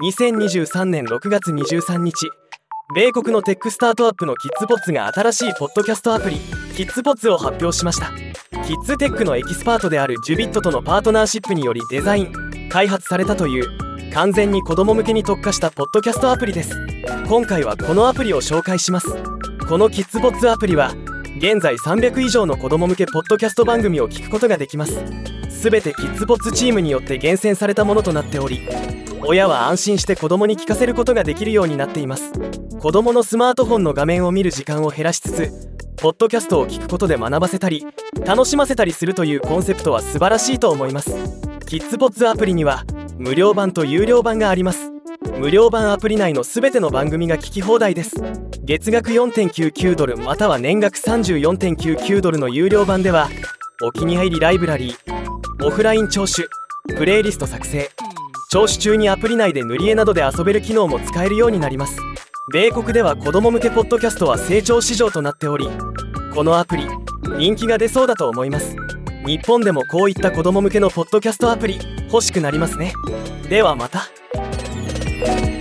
2023年6月23日、米国のテックスタートアップのキッズポッツが新しいポッドキャストアプリキッズポッツを発表しました。キッズテックのエキスパートであるジュビットとのパートナーシップによりデザイン・開発されたという完全に子供向けに特化したポッドキャストアプリです。今回はこのアプリを紹介します。このキッズポッツアプリは現在300以上の子供向けポッドキャスト番組を聞くことができます。すべてキッズポッツチームによって厳選されたものとなっており、親は安心して子供に聞かせることができるようになっています。子供のスマートフォンの画面を見る時間を減らしつつ、ポッドキャストを聞くことで学ばせたり楽しませたりするというコンセプトは素晴らしいと思います。キッズポッツアプリには無料版と有料版があります。無料版アプリ内のすべての番組が聞き放題です。月額 $4.99 または年額 $34.99 の有料版では、お気に入りライブラリー、オフライン聴取、プレイリスト作成、聴取中にアプリ内で塗り絵などで遊べる機能も使えるようになります。米国では子供向けポッドキャストは成長市場となっており、このアプリ人気が出そうだと思います。日本でもこういった子供向けのポッドキャストアプリ欲しくなりますね。ではまた。